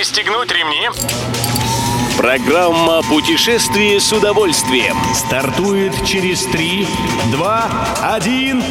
Пристегнуть ремни. Программа «Путешествие с удовольствием» стартует через 3, 2, 1...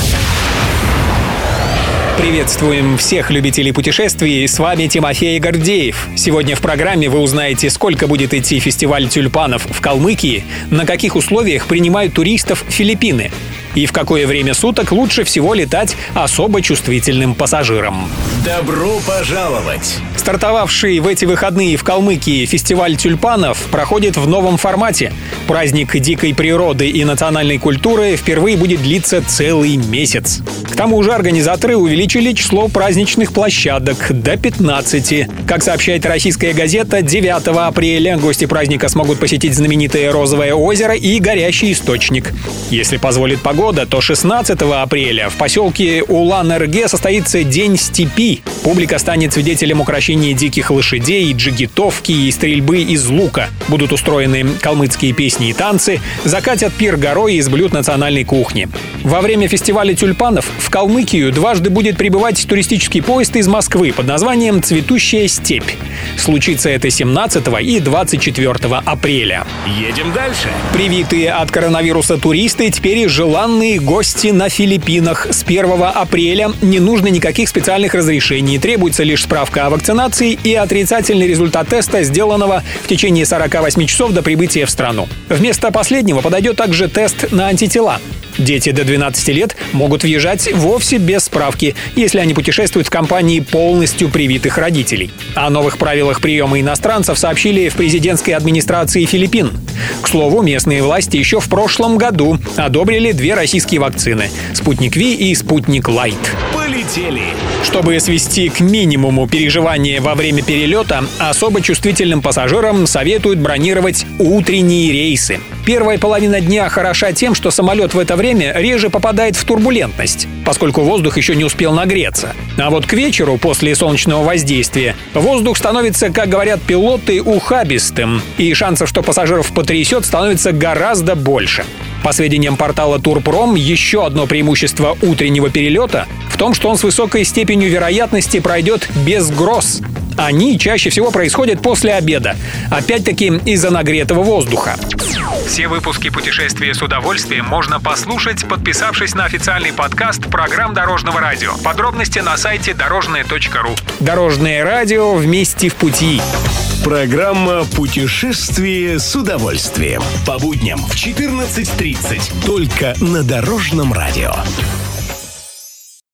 Приветствуем всех любителей путешествий, с вами Тимофей Гордеев. Сегодня в программе вы узнаете, сколько будет идти фестиваль тюльпанов в Калмыкии, на каких условиях принимают туристов Филиппины и в какое время суток лучше всего летать особо чувствительным пассажирам. Добро пожаловать! Стартовавший в эти выходные в Калмыкии фестиваль тюльпанов проходит в новом формате. Праздник дикой природы и национальной культуры впервые будет длиться целый месяц. К тому же организаторы увеличили число праздничных площадок до 15. Как сообщает российская газета, 9 апреля гости праздника смогут посетить знаменитое Розовое озеро и горящий источник. Если позволит погода, то 16 апреля в поселке Улан-Эрге состоится День степи. Публика станет свидетелем укрощения диких лошадей, джигитовки и стрельбы из лука. Будут устроены калмыцкие песни и танцы, закатят пир горой из блюд национальной кухни. Во время фестиваля тюльпанов в Калмыкию дважды будет прибывать туристический поезд из Москвы под названием «Цветущая степь». Случится это 17 и 24 апреля. Едем дальше. Привитые от коронавируса туристы теперь и желанные гости на Филиппинах. С 1 апреля не нужно никаких специальных разрешений. Требуется лишь справка о вакцинации и отрицательный результат теста, сделанного в течение 48 часов до прибытия в страну. Вместо последнего подойдет также тест на антитела. Дети до 12 лет могут въезжать вовсе без справки, если они путешествуют в компании полностью привитых родителей. О новых правилах приема иностранцев сообщили в президентской администрации Филиппин. К слову, местные власти еще в прошлом году одобрили 2 российские вакцины – «Спутник Ви» и «Спутник Лайт». Полетели! Чтобы свести к минимуму переживания во время перелета, особо чувствительным пассажирам советуют бронировать утренние рейсы. Первая половина дня хороша тем, что самолет в это время реже попадает в турбулентность, поскольку воздух еще не успел нагреться. А вот к вечеру, после солнечного воздействия, воздух становится, как говорят пилоты, ухабистым, и шансов, что пассажиров потрясет, становится гораздо больше. По сведениям портала Турпром, еще одно преимущество утреннего перелета в том, что он с высокой степенью вероятности пройдет без гроз. Они чаще всего происходят после обеда, опять-таки из-за нагретого воздуха. Все выпуски «Путешествия с удовольствием» можно послушать, подписавшись на официальный подкаст программ Дорожного радио. Подробности на сайте дорожное.ру. Дорожное радио, вместе в пути. Программа «Путешествие с удовольствием». По будням в 14:30. Только на Дорожном радио.